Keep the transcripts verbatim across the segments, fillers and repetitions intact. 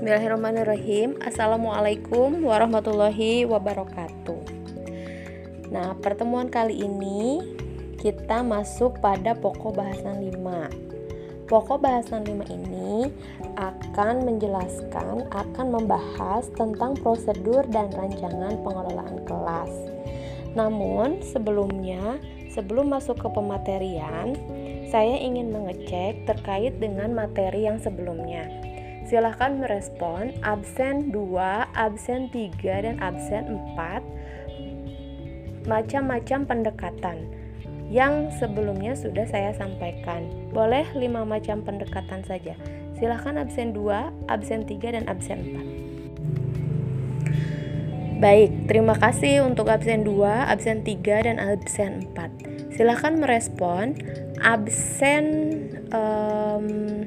Bismillahirrahmanirrahim. Assalamualaikum warahmatullahi wabarakatuh. Nah, pertemuan kali ini kita masuk pada pokok bahasan lima. Pokok bahasan lima ini akan menjelaskan, akan membahas tentang prosedur dan rancangan pengelolaan kelas. Namun, sebelumnya, sebelum masuk ke pematerian, saya ingin mengecek terkait dengan materi yang sebelumnya. Silahkan merespon absen dua, absen tiga, dan absen empat macam-macam pendekatan yang sebelumnya sudah saya sampaikan. Boleh lima macam pendekatan saja. Silahkan absen dua, absen tiga, dan absen empat. Baik, terima kasih untuk absen dua, absen tiga, dan absen empat. Silahkan merespon absen um,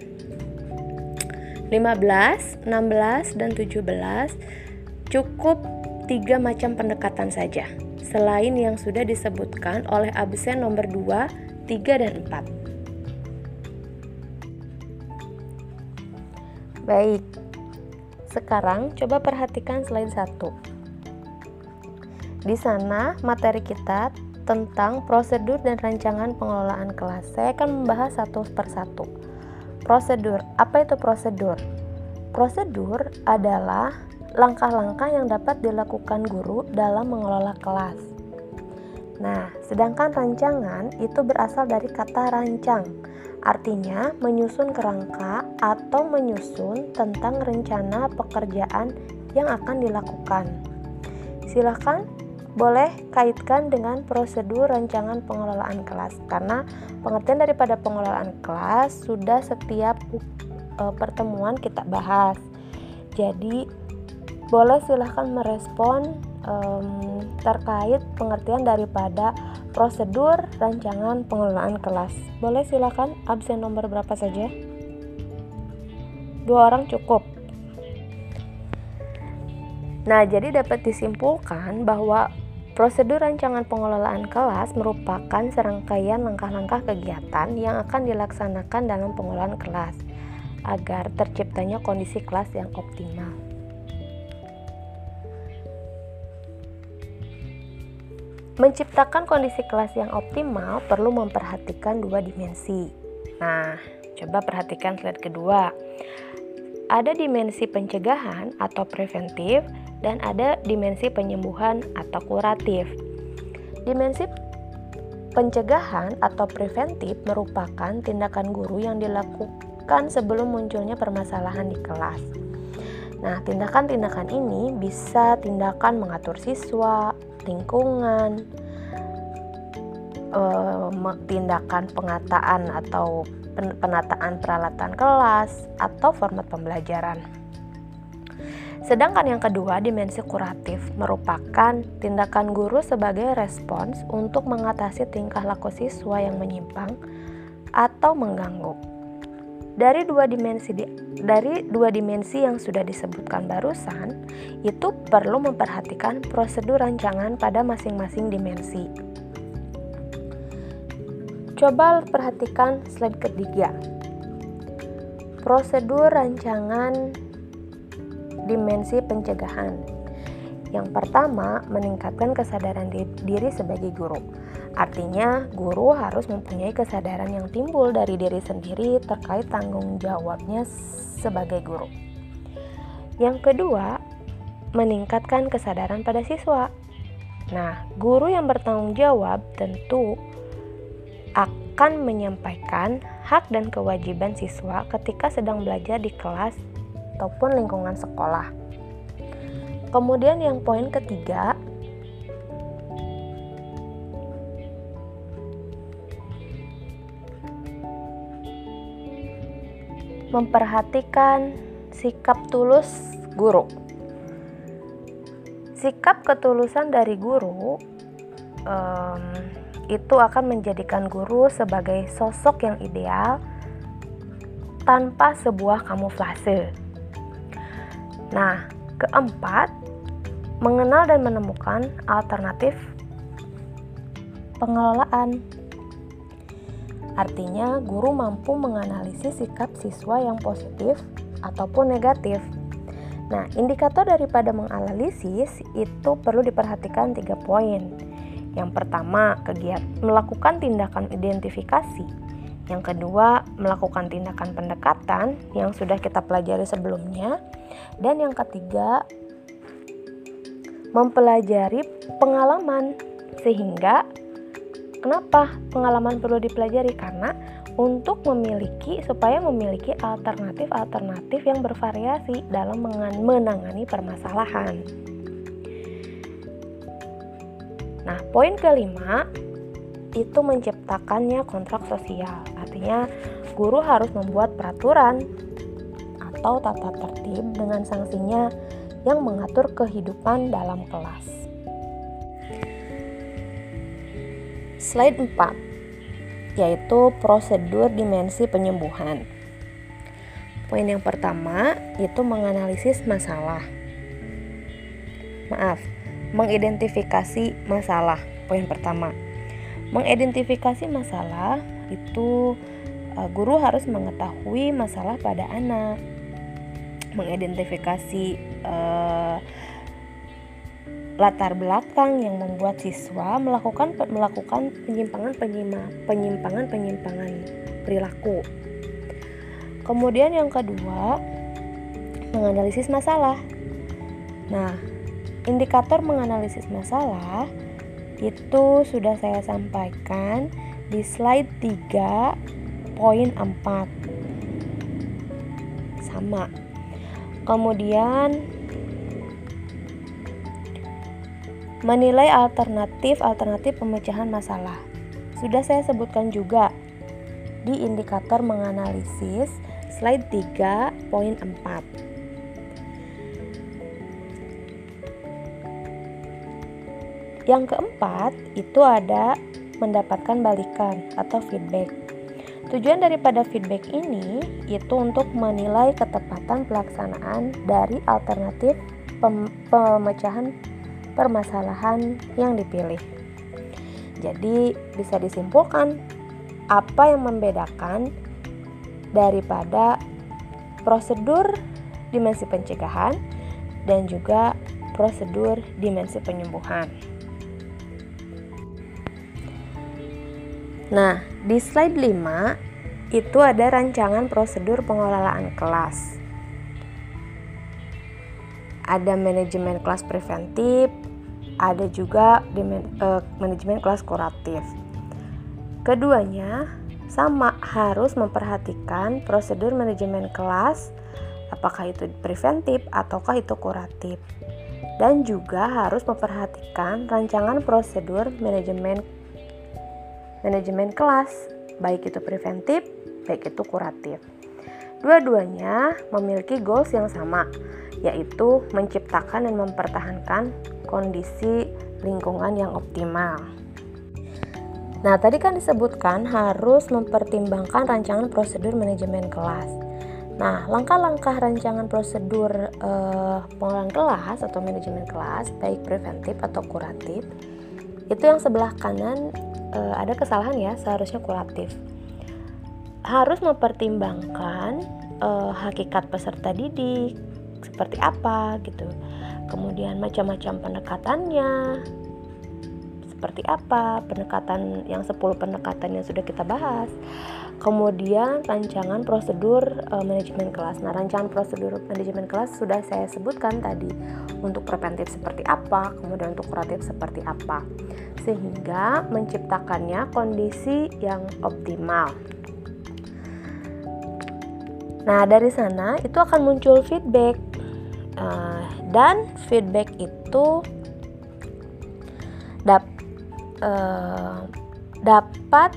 lima belas, enam belas, dan tujuh belas. Cukup tiga macam pendekatan saja, selain yang sudah disebutkan oleh absen nomor dua, tiga, dan empat. Baik, sekarang coba perhatikan slide satu. Di sana materi kita tentang prosedur dan rancangan pengelolaan kelas. Saya akan membahas satu persatu. Prosedur, apa itu prosedur? Prosedur adalah langkah-langkah yang dapat dilakukan guru dalam mengelola kelas. Nah, sedangkan rancangan itu berasal dari kata rancang, artinya menyusun kerangka atau menyusun tentang rencana pekerjaan yang akan dilakukan. Silakan boleh kaitkan dengan prosedur rancangan pengelolaan kelas, karena pengertian daripada pengelolaan kelas sudah setiap e, pertemuan kita bahas. Jadi boleh silahkan merespon e, terkait pengertian daripada prosedur rancangan pengelolaan kelas. Boleh silahkan, absen nomor berapa saja? Dua orang cukup. Nah, jadi dapat disimpulkan bahwa prosedur rancangan pengelolaan kelas merupakan serangkaian langkah-langkah kegiatan yang akan dilaksanakan dalam pengelolaan kelas agar terciptanya kondisi kelas yang optimal. Menciptakan kondisi kelas yang optimal perlu memperhatikan dua dimensi. Nah, coba perhatikan slide kedua. Ada dimensi pencegahan atau preventif, dan ada dimensi penyembuhan atau kuratif. Dimensi pencegahan atau preventif merupakan tindakan guru yang dilakukan sebelum munculnya permasalahan di kelas. Nah, tindakan-tindakan ini bisa tindakan mengatur siswa, lingkungan, eh, tindakan pengataan atau penataan peralatan kelas, atau format pembelajaran. Sedangkan yang kedua, dimensi kuratif, merupakan tindakan guru sebagai respons untuk mengatasi tingkah laku siswa yang menyimpang atau mengganggu. Dari dua dimensi dari dua dimensi yang sudah disebutkan barusan, itu perlu memperhatikan prosedur rancangan pada masing-masing dimensi. Coba perhatikan slide ketiga. Prosedur rancangan dimensi pencegahan. Yang pertama, meningkatkan kesadaran diri sebagai guru. Artinya, guru harus mempunyai kesadaran yang timbul dari diri sendiri terkait tanggung jawabnya sebagai guru. Yang kedua, meningkatkan kesadaran pada siswa. Nah, guru yang bertanggung jawab tentu akan menyampaikan hak dan kewajiban siswa ketika sedang belajar di kelas ataupun lingkungan sekolah. Kemudian yang poin ketiga, memperhatikan sikap tulus guru. Sikap ketulusan dari guru um, itu akan menjadikan guru sebagai sosok yang ideal tanpa sebuah kamuflase. Nah, keempat, mengenal dan menemukan alternatif pengelolaan. Artinya, guru mampu menganalisis sikap siswa yang positif ataupun negatif Nah, indikator daripada menganalisis itu perlu diperhatikan tiga poin. Yang pertama, kegiatan melakukan tindakan identifikasi. Yang kedua, melakukan tindakan pendekatan yang sudah kita pelajari sebelumnya. Dan yang ketiga, mempelajari pengalaman. Sehingga kenapa pengalaman perlu dipelajari? Karena untuk memiliki supaya memiliki alternatif-alternatif yang bervariasi dalam menangani permasalahan. Nah, poin kelima itu menciptakannya kontrak sosial. Artinya guru harus membuat peraturan atau tata tertib dengan sanksinya yang mengatur kehidupan dalam kelas. Slide empat, yaitu prosedur dimensi penyembuhan. Poin yang pertama itu menganalisis masalah. Maaf, mengidentifikasi masalah. Poin pertama, mengidentifikasi masalah itu uh, guru harus mengetahui masalah pada anak, mengidentifikasi uh, latar belakang yang membuat siswa melakukan melakukan penyimpangan penyimpangan penyimpangan perilaku. Kemudian yang kedua, menganalisis masalah. Nah, indikator menganalisis masalah itu sudah saya sampaikan di slide tiga poin empat. Sama. Kemudian menilai alternatif-alternatif pemecahan masalah. Sudah saya sebutkan juga di indikator menganalisis slide tiga poin empat. Yang keempat itu ada mendapatkan balikan atau feedback. Tujuan daripada feedback ini itu untuk menilai ketepatan pelaksanaan dari alternatif pem- pemecahan permasalahan yang dipilih. Jadi bisa disimpulkan apa yang membedakan daripada prosedur dimensi pencegahan dan juga prosedur dimensi penyembuhan. Nah, di slide lima itu ada rancangan prosedur pengelolaan kelas. Ada manajemen kelas preventif, ada juga dimen, eh, manajemen kelas kuratif. Keduanya sama, harus memperhatikan prosedur manajemen kelas, apakah itu preventif ataukah itu kuratif. Dan juga harus memperhatikan rancangan prosedur manajemen manajemen kelas, baik itu preventif, baik itu kuratif. Dua-duanya memiliki goals yang sama, yaitu menciptakan dan mempertahankan kondisi lingkungan yang optimal. Nah, tadi kan disebutkan harus mempertimbangkan rancangan prosedur manajemen kelas. Nah, langkah-langkah rancangan prosedur eh, pengelolaan kelas atau manajemen kelas, baik preventif atau kuratif, itu yang sebelah kanan eh, ada kesalahan ya, seharusnya kuratif. Harus mempertimbangkan eh, hakikat peserta didik, seperti apa gitu. Kemudian macam-macam pendekatannya, seperti apa pendekatan yang sepuluh pendekatan yang sudah kita bahas. Kemudian rancangan prosedur e, manajemen kelas. Nah, rancangan prosedur manajemen kelas sudah saya sebutkan tadi, untuk preventif seperti apa, kemudian untuk kuratif seperti apa, sehingga menciptakannya kondisi yang optimal. Nah, dari sana itu akan muncul feedback. Uh, dan feedback itu dap, uh, dapat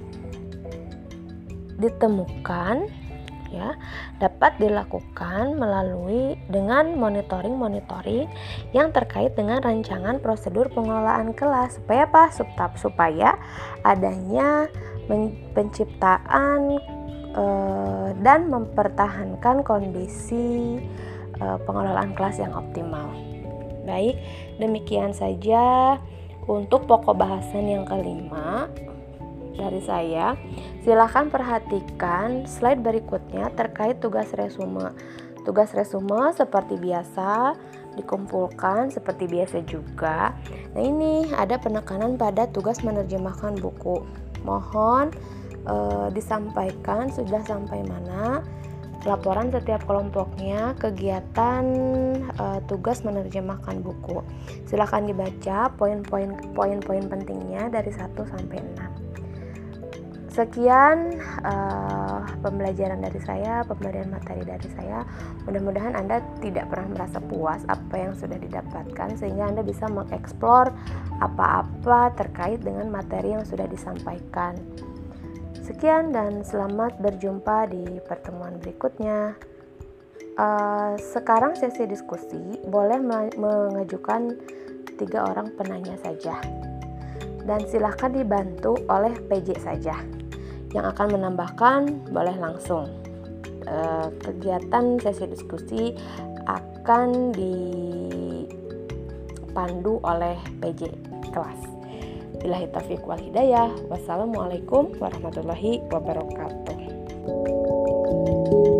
ditemukan ya, dapat dilakukan melalui dengan monitoring-monitoring yang terkait dengan rancangan prosedur pengelolaan kelas. Supaya apa? Supaya adanya penciptaan uh, dan mempertahankan kondisi pengelolaan kelas yang optimal. Baik, demikian saja untuk pokok bahasan yang kelima dari saya. Silakan perhatikan slide berikutnya terkait tugas resume. Tugas resume seperti biasa dikumpulkan seperti biasa juga. Nah, ini ada penekanan pada tugas menerjemahkan buku. Mohon eh, disampaikan sudah sampai mana laporan setiap kelompoknya, kegiatan eh, tugas menerjemahkan buku. Silakan dibaca poin-poin poin-poin pentingnya dari satu sampai enam. Sekian uh, pembelajaran dari saya, pemberian materi dari saya. Mudah-mudahan Anda tidak pernah merasa puas apa yang sudah didapatkan, sehingga Anda bisa mengeksplor apa-apa terkait dengan materi yang sudah disampaikan. Sekian dan selamat berjumpa di pertemuan berikutnya. Uh, sekarang sesi diskusi, boleh mengajukan tiga orang penanya saja. Dan silakan dibantu oleh P J saja. Yang akan menambahkan boleh langsung. E, kegiatan sesi diskusi akan dipandu oleh P J kelas. Billahi taufiq wal hidayah. Wassalamualaikum warahmatullahi wabarakatuh.